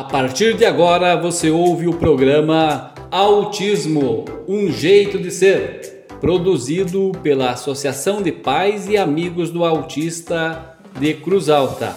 partir de agora você ouve o programa Autismo, um jeito de ser, produzido pela Associação de Pais e Amigos do Autista de Cruz Alta.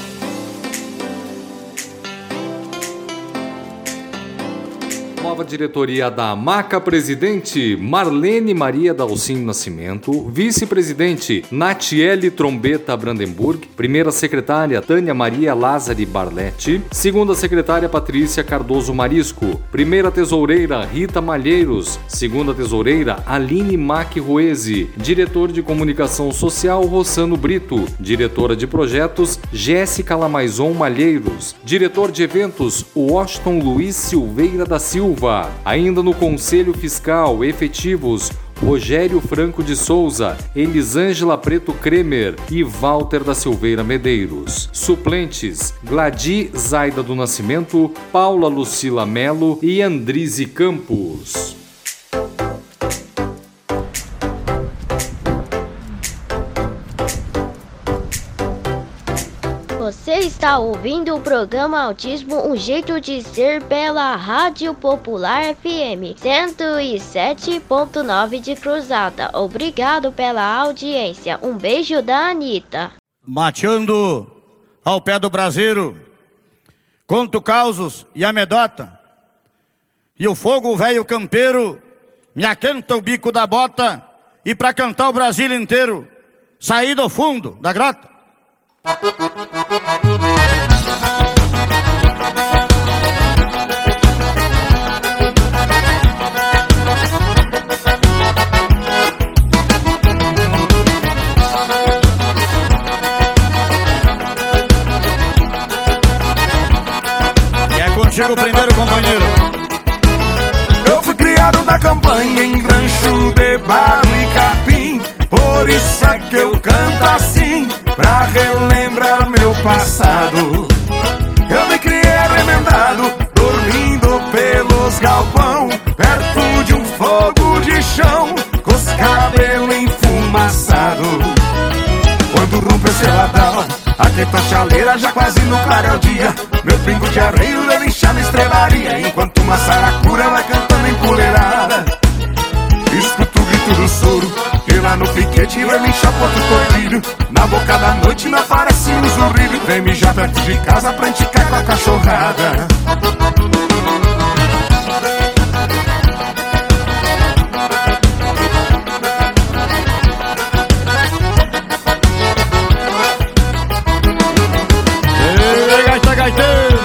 Nova diretoria da AMACA, presidente Marlene Maria Dalcin Nascimento, vice-presidente Natiele Trombeta Brandenburg, primeira secretária Tânia Maria Lázari Barletti, segunda secretária Patrícia Cardoso Marisco, primeira tesoureira Rita Malheiros, segunda tesoureira Aline Mac Ruese, diretor de comunicação social Rossano Brito, diretora de projetos Jéssica Lamaison Malheiros, diretor de eventos Washington Luiz Silveira da Silva. Ainda no Conselho Fiscal, efetivos Rogério Franco de Souza, Elisângela Preto Kremer e Walter da Silveira Medeiros. Suplentes, Gladi Zaida do Nascimento, Paula Lucila Melo e Andrize Campos. Você está ouvindo o programa Autismo, um jeito de ser, pela Rádio Popular FM 107.9 de Cruz Alta. Obrigado pela audiência. Um beijo da Anitta. Mateando ao pé do braseiro, conto causos e amedota, e o fogo velho campeiro me aquenta o bico da bota, e pra cantar o Brasil inteiro, saí do fundo da grota. E é contigo primeiro, companheiro. Eu fui criado na campanha em rancho de barro e capim, por isso é que eu canto assim, pra relembrar meu passado. Eu me criei remendado, dormindo pelos galpão, perto de um fogo de chão, com os cabelos enfumaçados. Quando rompe esse ladrão, aquenta a chaleira já quase no clareio dia, meu pingo de arreio leva inchar na estrelaria, enquanto uma saracura vai cantando empoleirada. Escuto o grito do soro, e lá no piquete vai me inchar pro cordilho. Na boca da noite não aparece um zurrilho, vem mijar perto de casa pra enticar com a cachorrada. Ei, gaita, gaiteiro!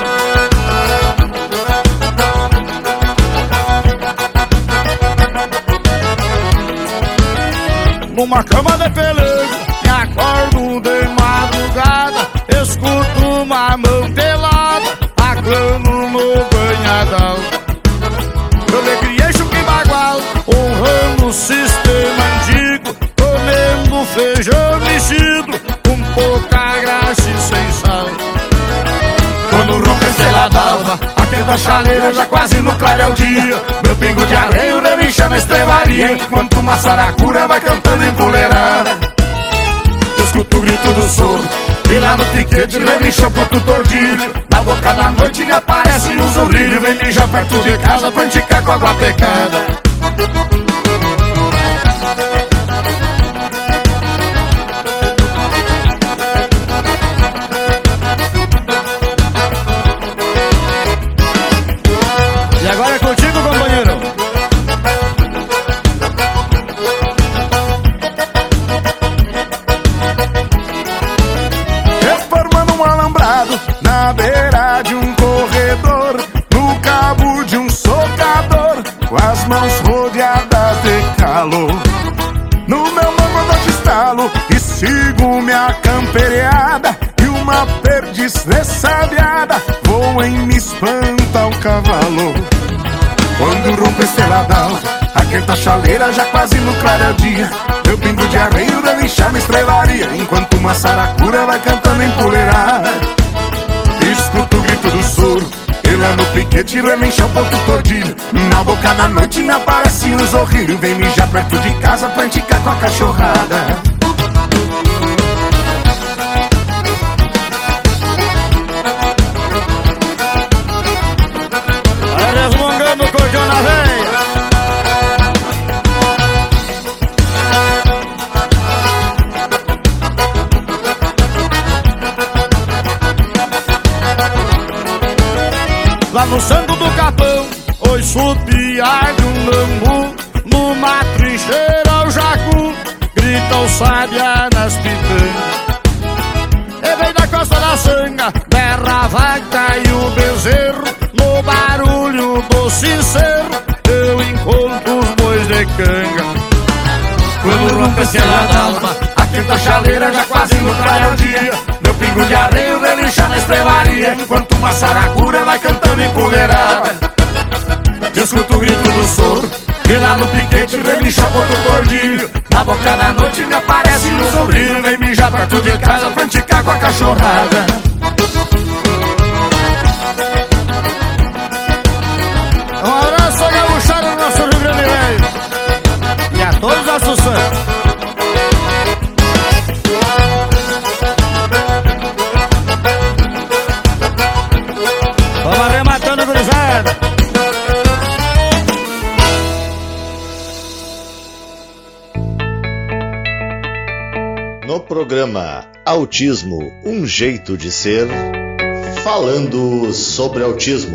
Numa cama de pelego, me acordo de madrugada, escuto uma mão pelada, aclano no banhadão. Eu me criei chupa e bagual, honrando o sistema antigo, comendo feijão mexido, com pouca graxa e sem sal. Quando rompe a estrela d'alva, aquenta a chaleira já quase no clareio dia, meu pingo de areia relincha na estrevaria, enquanto uma saracura vai cantando empoleirada. Eu escuto o grito do soro, e lá no piquete relincha o ponto tordilho. Na boca da noite me aparece um zurrilho, vem mijar perto de casa pra enticar com água pecada. E agora é contigo, companheiro. Reformando um alambrado na beira de um corredor, no cabo de um socador, com as mãos rodeadas de calor. No meu lombo eu te estalo e sigo minha camperiada, e uma perdiz ressabiada voa e me espanta o cavalo. Quando rompe a estrela d'alva, aquenta a chaleira já quase no clareio dia, meu pingo de arreio deve inchar na estrelaria, enquanto uma saracura vai cantando empoleirada. Escuto o grito do soro, e lá no piquete relincha o ponto tordilho. Na boca da noite me aparece um zorrilho, vem mijar perto de casa pra enticar com a cachorrada. lá no santo do capão, oi supiar de um lambu, numa trincheira o jacu grita o sábia nas pitangas. E vem da costa da sanga, berra a vaca e o bezerro, no barulho do sincero eu encontro os bois de canga. Quando rompe a estrela d'alva, a quinta chaleira já quase no clarear dia, meu pingo de areia relincha na estrebaria, enquanto uma saracura vai cantando empoleirada. Eu escuto o grito do soro, e lá no piquete relincha outro cordilho, na boca da noite me aparece um sorriso, vem mijar perto de casa pra ficar com a cachorrada. Um abraço gaúchado no nosso Rio Grande Velho e a todos os nossos fãs. Vamos arrematando, gurizada. No programa Autismo, um jeito de ser, falando sobre autismo.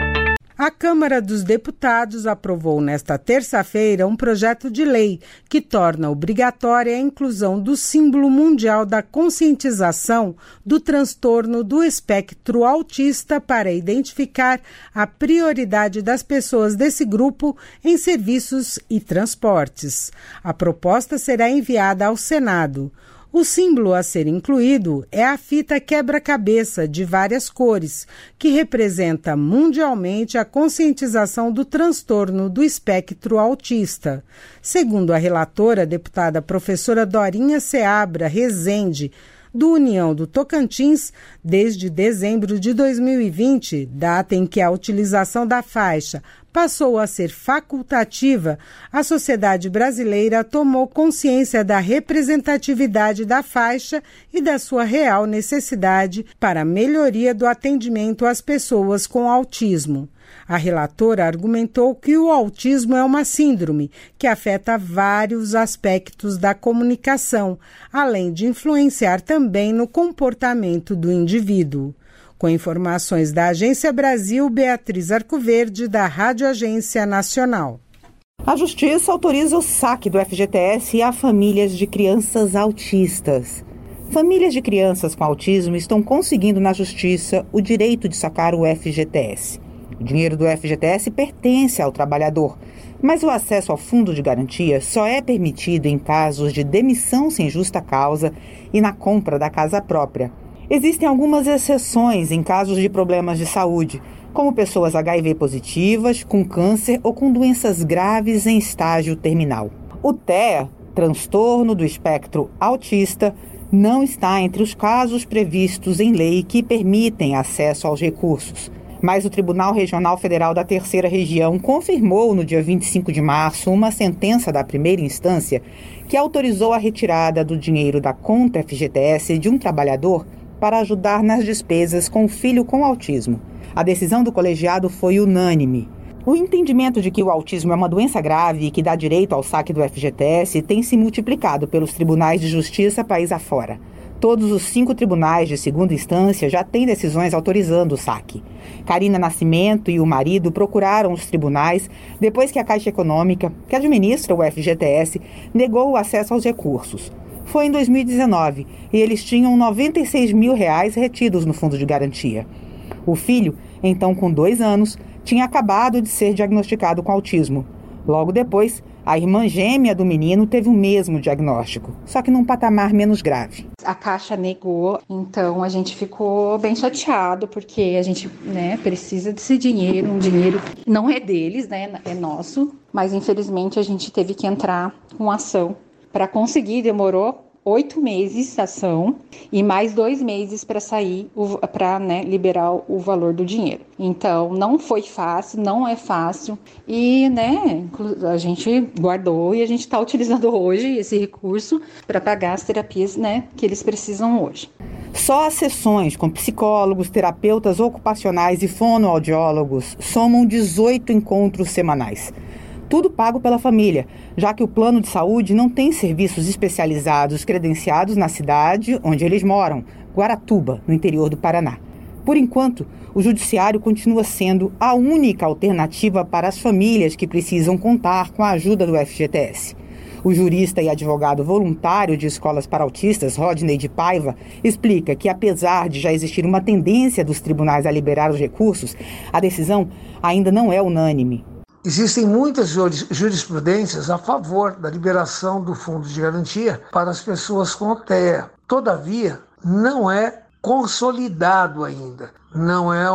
A Câmara dos Deputados aprovou nesta terça-feira um projeto de lei que torna obrigatória a inclusão do símbolo mundial da conscientização do transtorno do espectro autista para identificar a prioridade das pessoas desse grupo em serviços e transportes. A proposta será enviada ao Senado. O símbolo a ser incluído é a fita quebra-cabeça de várias cores, que representa mundialmente a conscientização do transtorno do espectro autista. Segundo a relatora, a deputada professora Dorinha Seabra Rezende, do União do Tocantins, desde dezembro de 2020, data em que a utilização da faixa passou a ser facultativa, a sociedade brasileira tomou consciência da representatividade da faixa e da sua real necessidade para a melhoria do atendimento às pessoas com autismo. A relatora argumentou que o autismo é uma síndrome que afeta vários aspectos da comunicação, além de influenciar também no comportamento do indivíduo. Com informações da Agência Brasil, Beatriz Arcoverde, da Rádio Agência Nacional. A Justiça autoriza o saque do FGTS a famílias de crianças autistas. Famílias de crianças com autismo estão conseguindo na Justiça o direito de sacar o FGTS. O dinheiro do FGTS pertence ao trabalhador, mas o acesso ao fundo de garantia só é permitido em casos de demissão sem justa causa e na compra da casa própria. Existem algumas exceções em casos de problemas de saúde, como pessoas HIV positivas, com câncer ou com doenças graves em estágio terminal. O TEA, transtorno do espectro autista, não está entre os casos previstos em lei que permitem acesso aos recursos. Mas o Tribunal Regional Federal da Terceira Região confirmou no dia 25 de março uma sentença da primeira instância que autorizou a retirada do dinheiro da conta FGTS de um trabalhador para ajudar nas despesas com o filho com autismo. A decisão do colegiado foi unânime. O entendimento de que o autismo é uma doença grave e que dá direito ao saque do FGTS tem se multiplicado pelos tribunais de justiça país afora. Todos os 5 tribunais de segunda instância já têm decisões autorizando o saque. Karina Nascimento e o marido procuraram os tribunais depois que a Caixa Econômica, que administra o FGTS, negou o acesso aos recursos. Foi em 2019 e eles tinham R$96 mil retidos no fundo de garantia. O filho, então com 2 anos, tinha acabado de ser diagnosticado com autismo. Logo depois, a irmã gêmea do menino teve o mesmo diagnóstico, só que num patamar menos grave. A Caixa negou, então a gente ficou bem chateado, porque a gente precisa desse dinheiro, um dinheiro que não é deles, é nosso, mas infelizmente a gente teve que entrar com ação para conseguir, demorou 8 meses a ação e mais 2 meses para sair, para liberar o valor do dinheiro. Então, não foi fácil, não é fácil e a gente guardou e a gente está utilizando hoje esse recurso para pagar as terapias que eles precisam hoje. Só as sessões com psicólogos, terapeutas ocupacionais e fonoaudiólogos somam 18 encontros semanais. Tudo pago pela família, já que o plano de saúde não tem serviços especializados credenciados na cidade onde eles moram, Guaratuba, no interior do Paraná. Por enquanto, o judiciário continua sendo a única alternativa para as famílias que precisam contar com a ajuda do FGTS. O jurista e advogado voluntário de escolas para autistas, Rodney de Paiva, explica que, apesar de já existir uma tendência dos tribunais a liberar os recursos, a decisão ainda não é unânime. Existem muitas jurisprudências a favor da liberação do fundo de garantia para as pessoas com TEA. Todavia, não é consolidado ainda. Não é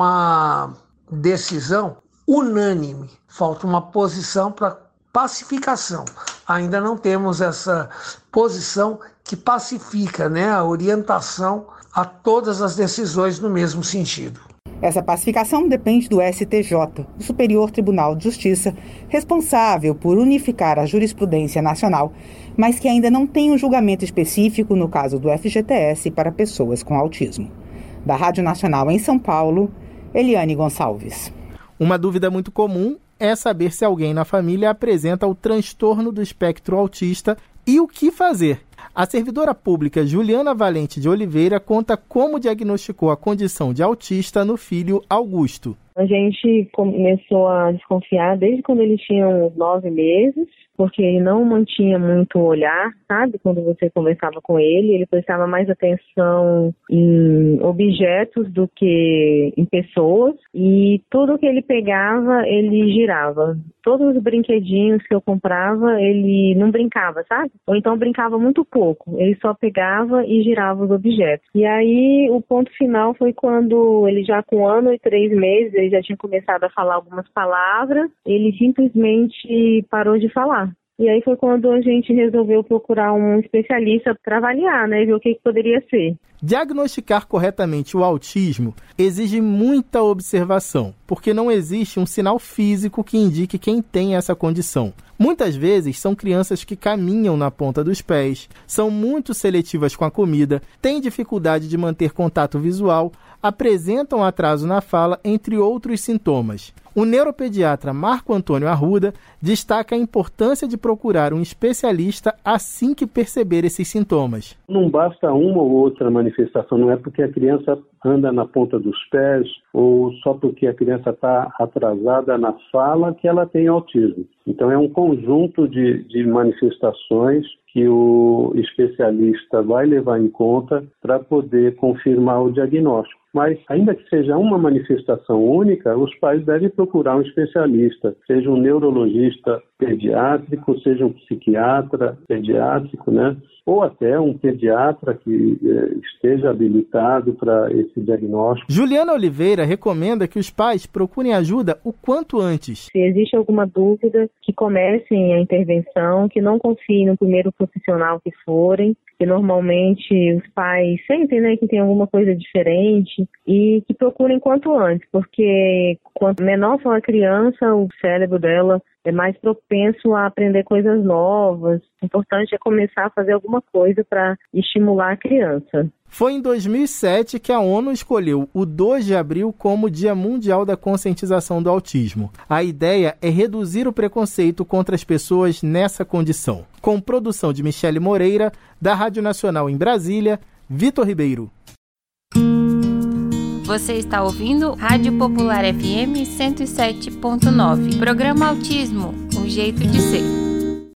uma decisão unânime. Falta uma posição para pacificação. Ainda não temos essa posição que pacifica, a orientação a todas as decisões no mesmo sentido. Essa pacificação depende do STJ, o Superior Tribunal de Justiça, responsável por unificar a jurisprudência nacional, mas que ainda não tem um julgamento específico no caso do FGTS para pessoas com autismo. Da Rádio Nacional em São Paulo, Eliane Gonçalves. Uma dúvida muito comum é saber se alguém na família apresenta o transtorno do espectro autista e o que fazer. A servidora pública Juliana Valente de Oliveira conta como diagnosticou a condição de autista no filho Augusto. A gente começou a desconfiar desde quando ele tinha uns 9 meses, porque ele não mantinha muito o olhar, sabe? Quando você conversava com ele prestava mais atenção em objetos do que em pessoas, e tudo que ele pegava, ele girava. Todos os brinquedinhos que eu comprava, ele não brincava, sabe? Ou então brincava muito pouco, ele só pegava e girava os objetos. E aí, o ponto final foi quando ele já com 1 ano e 3 meses, ele já tinha começado a falar algumas palavras, ele simplesmente parou de falar. E aí foi quando a gente resolveu procurar um especialista para avaliar, ver o que poderia ser. Diagnosticar corretamente o autismo exige muita observação, porque não existe um sinal físico que indique quem tem essa condição. Muitas vezes são crianças que caminham na ponta dos pés, são muito seletivas com a comida, têm dificuldade de manter contato visual, apresentam atraso na fala, entre outros sintomas. O neuropediatra Marco Antônio Arruda destaca a importância de procurar um especialista assim que perceber esses sintomas. Não basta uma ou outra manifestação, não é porque a criança anda na ponta dos pés ou só porque a criança está atrasada na fala que ela tem autismo. Então é um conjunto de manifestações que o especialista vai levar em conta para poder confirmar o diagnóstico. Mas, ainda que seja uma manifestação única, os pais devem procurar um especialista, seja um neurologista pediátrico, seja um psiquiatra pediátrico, ou até um pediatra que esteja habilitado para esse diagnóstico. Juliana Oliveira recomenda que os pais procurem ajuda o quanto antes. Se existe alguma dúvida, que comecem a intervenção, que não confiem no primeiro profissional que forem, que normalmente os pais sentem que tem alguma coisa diferente, e que procurem quanto antes, porque quanto menor for a criança, o cérebro dela é mais propenso a aprender coisas novas. O importante é começar a fazer alguma coisa para estimular a criança. Foi em 2007 que a ONU escolheu o 2 de abril como Dia Mundial da Conscientização do Autismo. A ideia é reduzir o preconceito contra as pessoas nessa condição. Com produção de Michele Moreira, da Rádio Nacional em Brasília, Vitor Ribeiro. Você está ouvindo Rádio Popular FM 107.9. Programa Autismo, um jeito de ser.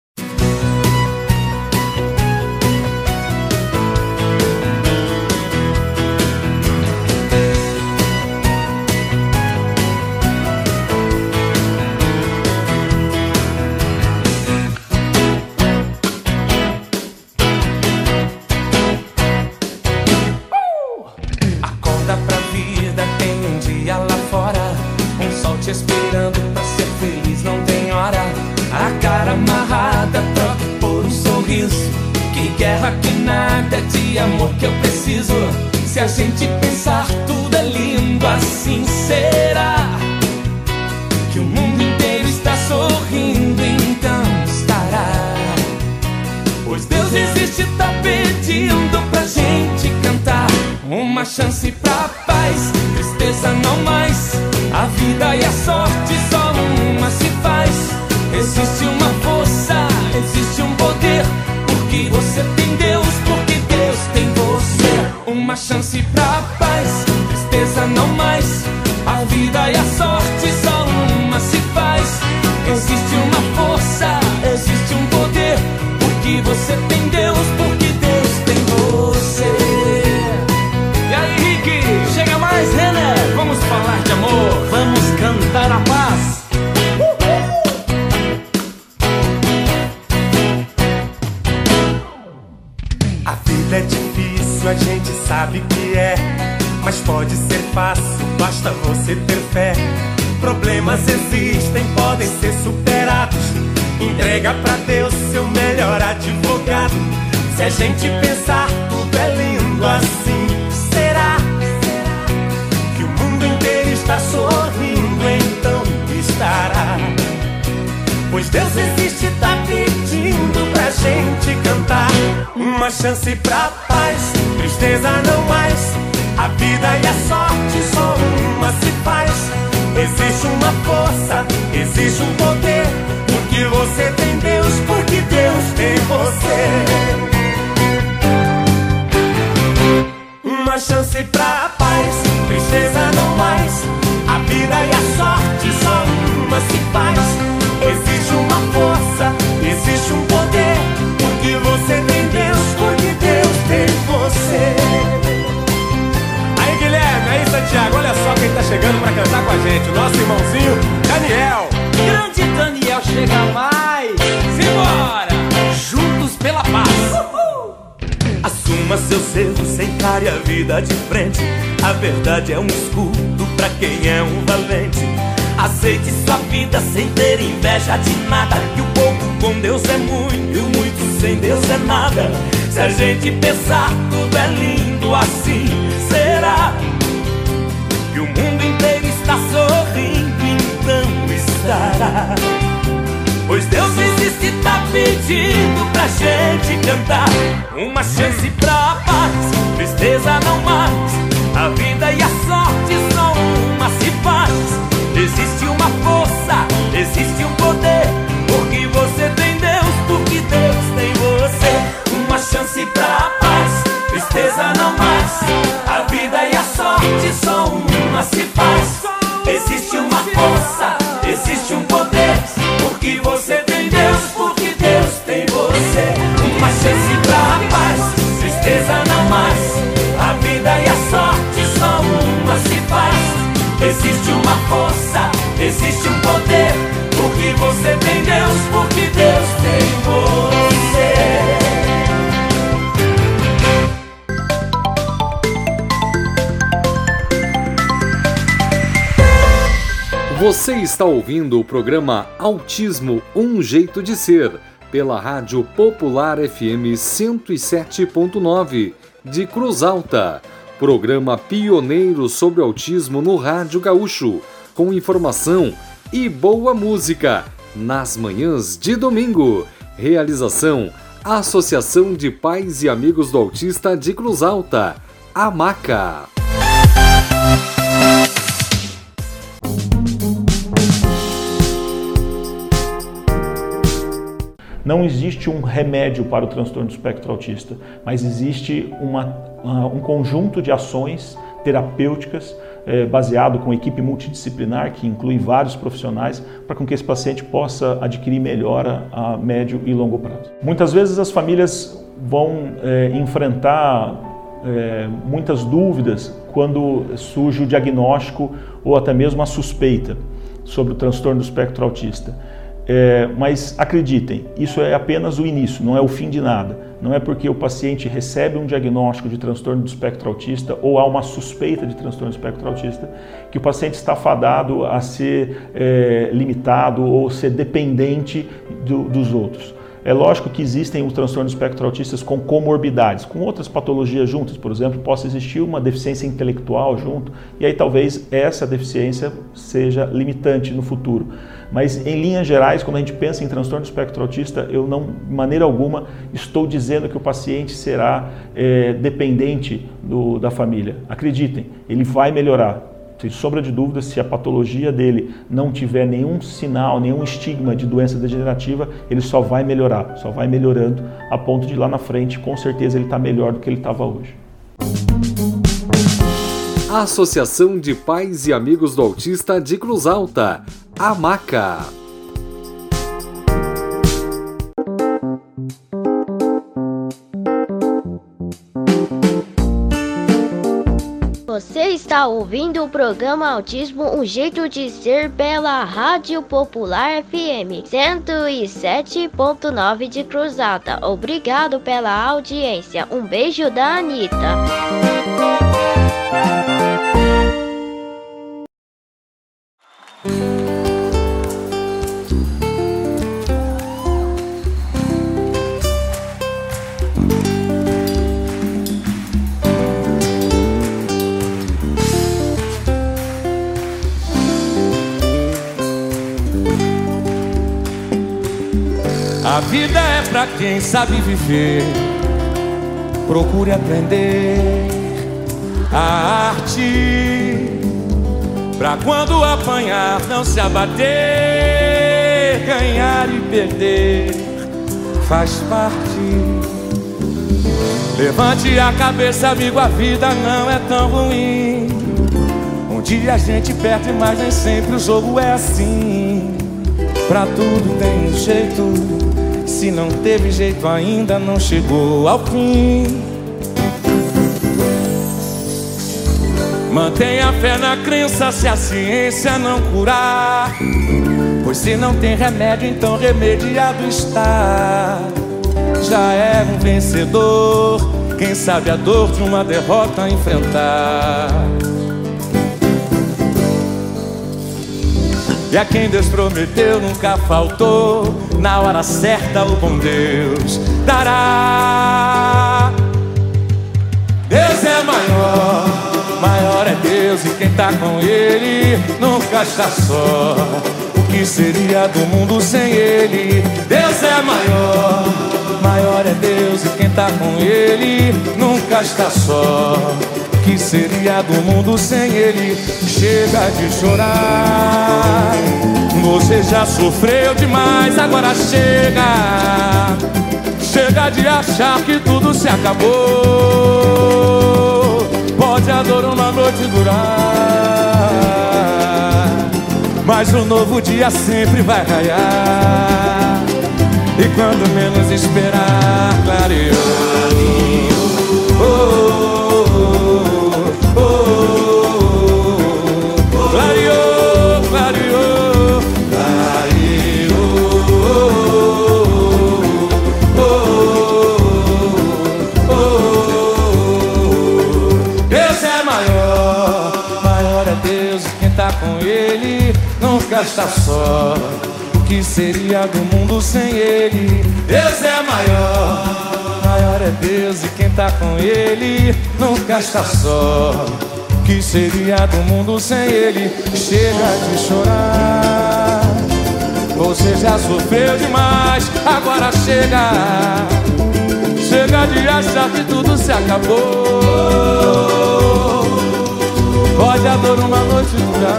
Esperando pra ser feliz, não tem hora. A cara amarrada, troque por um sorriso. Que guerra, que nada, de amor que eu preciso. Se a gente pensar tudo é lindo, assim será. Que o mundo inteiro está sorrindo, então estará. Pois Deus existe, tá pedindo pra gente cantar. Uma chance pra paz, tristeza não mais. A vida e a sorte só uma se faz. Existe uma força, existe um poder. Porque você tem Deus, porque Deus tem você. Uma chance pra paz, tristeza difícil a gente sabe que é, mas pode ser fácil, basta você ter fé. Problemas existem, podem ser superados. Entrega pra Deus seu melhor advogado. Se a gente pensar tudo é lindo assim, será que o mundo inteiro está sorrindo? Então estará, pois Deus existe, tá pedindo pra gente cantar. Uma chance pra paz, tristeza não mais. A vida e a sorte só uma se faz. Existe uma força, existe um poder, porque você tem Deus, porque Deus tem você. Uma chance pra paz, tristeza não mais. A vida e a sorte só uma se faz. Existe uma força, existe um poder, porque você tem Deus, porque Deus tem você. Aí Guilherme, aí Santiago, olha só quem tá chegando pra cantar com a gente, o nosso irmãozinho Daniel. Grande Daniel chega mais. Simbora! Juntos pela paz. Assuma seus erros, encare a vida de frente. A verdade é um escudo pra quem é um valente. Aceite sua vida sem ter inveja de nada, que o pouco com Deus é muito e o muito sem Deus é nada. Se a gente pensar tudo é lindo assim, será que o mundo inteiro está sorrindo? Então estará, pois Deus existe, tá pedindo pra gente cantar. Uma chance pra paz, tristeza não mais. A vida e a sorte só uma se faz. Existe uma força, existe um poder, porque você tem Deus, porque Deus tem você. Uma chance pra paz, tristeza não mais. A vida e a sorte só uma se faz. Existe uma força, existe um poder, porque você tem Deus, porque Deus tem você. Uma chance pra paz, tristeza não mais. A vida e a sorte só uma se faz. Existe uma força, existe um poder, porque você tem Deus, porque Deus tem você. Você está ouvindo o programa Autismo, um jeito de ser, pela Rádio Popular FM 107.9 de Cruz Alta. Programa pioneiro sobre autismo no Rádio Gaúcho, com informação e boa música, nas manhãs de domingo. Realização: Associação de Pais e Amigos do Autista de Cruz Alta, AMACA. Não existe um remédio para o transtorno do espectro autista, mas existe um conjunto de ações terapêuticas baseado com equipe multidisciplinar, que inclui vários profissionais, para que esse paciente possa adquirir melhora a médio e longo prazo. Muitas vezes as famílias vão enfrentar muitas dúvidas quando surge o diagnóstico ou até mesmo a suspeita sobre o transtorno do espectro autista. Mas acreditem, isso é apenas o início, não é o fim de nada. Não é porque o paciente recebe um diagnóstico de transtorno do espectro autista ou há uma suspeita de transtorno do espectro autista que o paciente está fadado a ser limitado ou ser dependente dos outros. É lógico que existem os transtornos espectro autistas com comorbidades, com outras patologias juntas, por exemplo, possa existir uma deficiência intelectual junto, e aí talvez essa deficiência seja limitante no futuro. Mas em linhas gerais, quando a gente pensa em transtorno espectro autista, eu não, de maneira alguma, estou dizendo que o paciente será dependente da família. Acreditem, ele vai melhorar. Sem sombra de dúvida, se a patologia dele não tiver nenhum sinal, nenhum estigma de doença degenerativa, ele só vai melhorar, só vai melhorando a ponto de lá na frente, com certeza ele está melhor do que ele estava hoje. A Associação de Pais e Amigos do Autista de Cruz Alta, AMACA. Você está ouvindo o programa Autismo, um jeito de ser, pela Rádio Popular FM 107.9 de Cruzada. Obrigado pela audiência. Um beijo da Anitta. A vida é pra quem sabe viver. Procure aprender a arte, pra quando apanhar não se abater. Ganhar e perder faz parte. Levante a cabeça, amigo, a vida não é tão ruim. Um dia a gente perde, mas nem sempre o jogo é assim. Pra tudo tem um jeito. Se não teve jeito ainda, não chegou ao fim. Mantenha fé na crença se a ciência não curar, pois se não tem remédio, então remediado está. Já é um vencedor quem sabe a dor de uma derrota enfrentar. E a quem Deus prometeu nunca faltou, na hora certa o bom Deus dará. Deus é maior, maior é Deus, e quem tá com Ele nunca está só. O que seria do mundo sem Ele? Deus é maior, maior é Deus, e quem tá com Ele nunca está só. O que seria do mundo sem Ele? Chega de chorar, você já sofreu demais, agora chega. Chega de achar que tudo se acabou. Pode a dor uma noite durar, mas um novo dia sempre vai raiar. E quando menos esperar, clareou. Clareou, clareou, Deus é maior, maior é Deus, e quem tá com Ele nunca está só. O que seria do mundo sem Ele? Deus é maior, maior é Deus, e quem tá com Ele nunca está só. O que seria do mundo sem Ele? Chega de chorar, você já sofreu demais, agora chega. Chega de achar que tudo se acabou. Pode a dor uma noite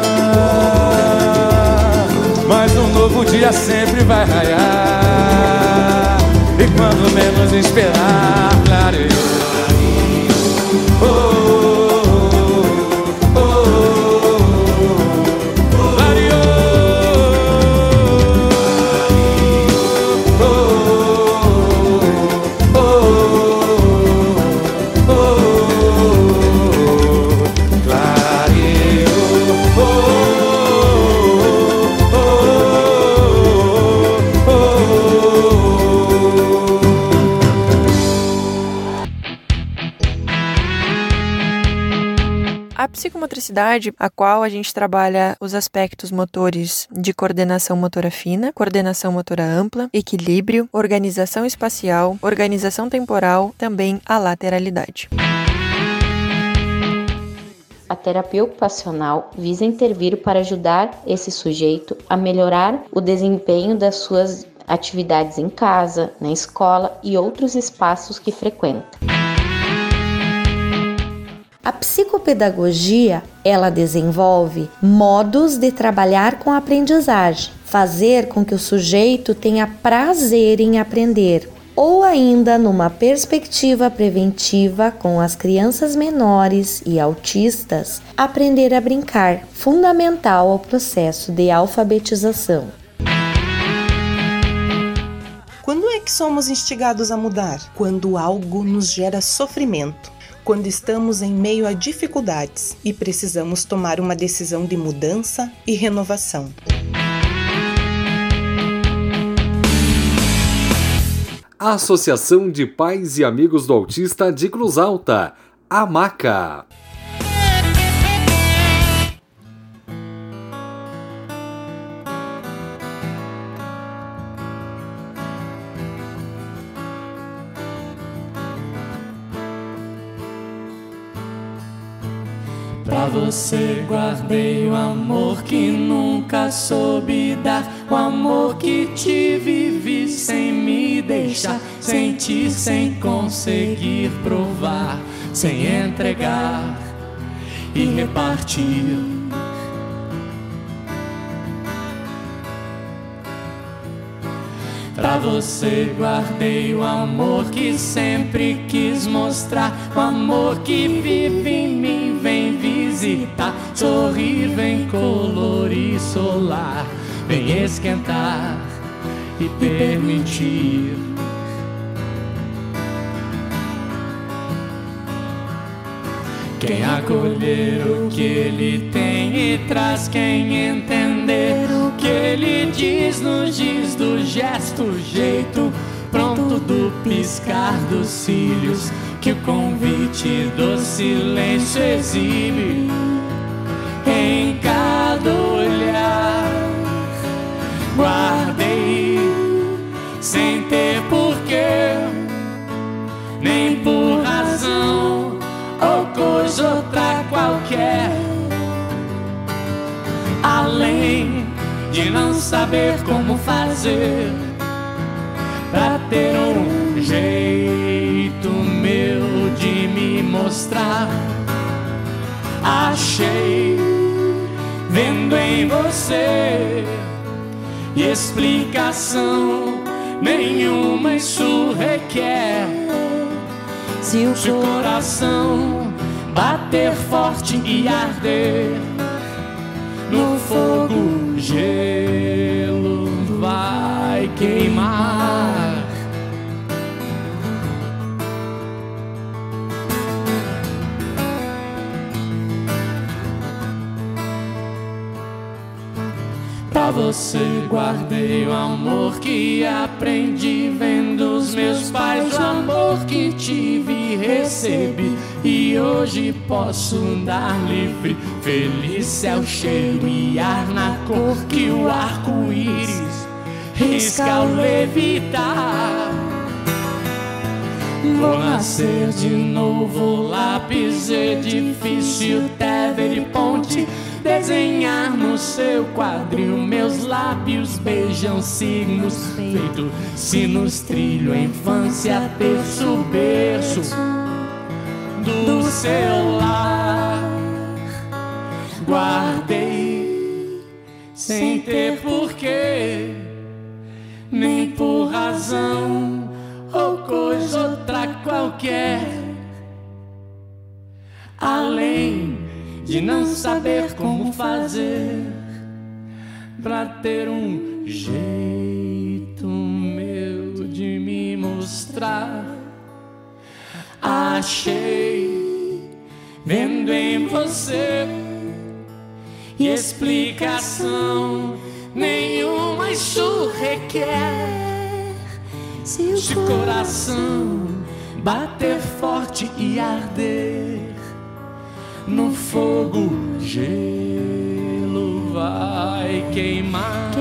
durar, mas um novo dia sempre vai raiar. E quando menos esperar, clareou. A psicomotricidade, a qual a gente trabalha os aspectos motores de coordenação motora fina, coordenação motora ampla, equilíbrio, organização espacial, organização temporal, também a lateralidade. A terapia ocupacional visa intervir para ajudar esse sujeito a melhorar o desempenho das suas atividades em casa, na escola e outros espaços que frequenta. A psicopedagogia, ela desenvolve modos de trabalhar com a aprendizagem, fazer com que o sujeito tenha prazer em aprender, ou ainda numa perspectiva preventiva com as crianças menores e autistas, aprender a brincar, fundamental ao processo de alfabetização. Quando é que somos instigados a mudar? Quando algo nos gera sofrimento. quando estamos em meio a dificuldades e precisamos tomar uma decisão de mudança e renovação. A Associação de Pais e Amigos do Autista de Cruz Alta, a MACA. Pra você guardei o amor que nunca soube dar, o amor que te vivi sem me deixar sentir, sem conseguir provar, sem entregar e repartir. Pra você guardei o amor que sempre quis mostrar, o amor que vive em mim, vem visitar, sorrir, vem colorir, solar, vem esquentar e permitir. Quem acolher o que ele tem e traz, quem entender o que ele diz, nos diz do gesto, jeito pronto do piscar dos cílios, que o convite do silêncio exibe em cada olhar. Guardei sem ter porquê, nem por razão ou coisa outra qualquer, além de não saber como fazer pra ter um jeito meu de me mostrar. Achei, vendo em você, explicação nenhuma isso requer. Se o coração bater forte e arder, no fogo gelo vai queimar. Pra você guardei o amor que aprendi vendo os meus pais, o amor que tive e recebi, e hoje posso dar livre. Feliz céu, cheiro e ar na cor que o arco-íris risca ao levitar. Vou nascer de novo, lápis, edifício, Tever e ponte, desenhar no seu quadril, meus lábios beijam signos, feito sinos, trilho, infância, terço, berço do seu lar. Guardei sem ter porquê, nem por razão ou coisa outra qualquer, além de não saber como fazer pra ter um jeito meu de me mostrar. Achei, vendo em você, explicação nenhuma isso requer. Se o coração bater forte e arder, no fogo gelo vai queimar.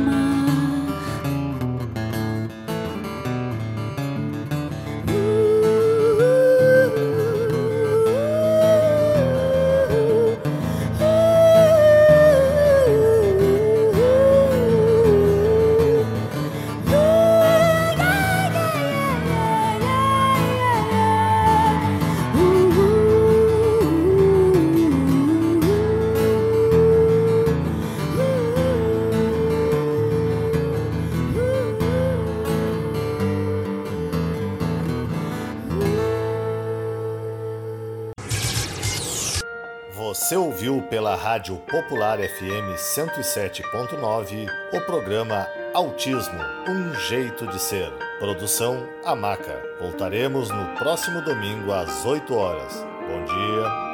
Você ouviu pela Rádio Popular FM 107.9 o programa Autismo, um jeito de ser. Produção A Maca. Voltaremos no próximo domingo às 8 horas. Bom dia.